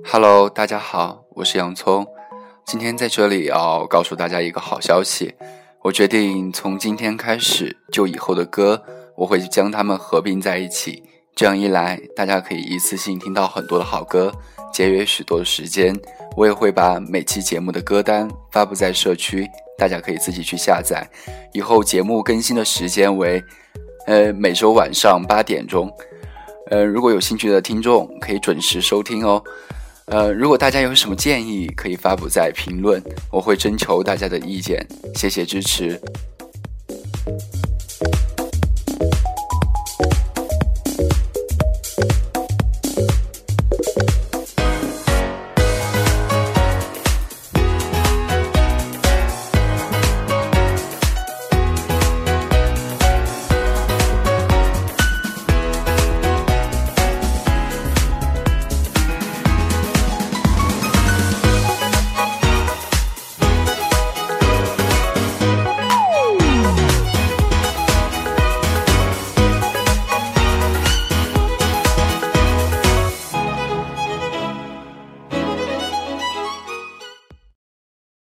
Hello， 大家好，我是洋葱。今天在这里要告诉大家一个好消息，我决定从今天开始，就以后的歌，我会将它们合并在一起。这样一来，大家可以一次性听到很多的好歌，节约许多的时间。我也会把每期节目的歌单发布在社区，大家可以自己去下载。以后节目更新的时间为每周晚上8点钟。如果有兴趣的听众可以准时收听哦。如果大家有什么建议，可以发布在评论，我会征求大家的意见，谢谢支持。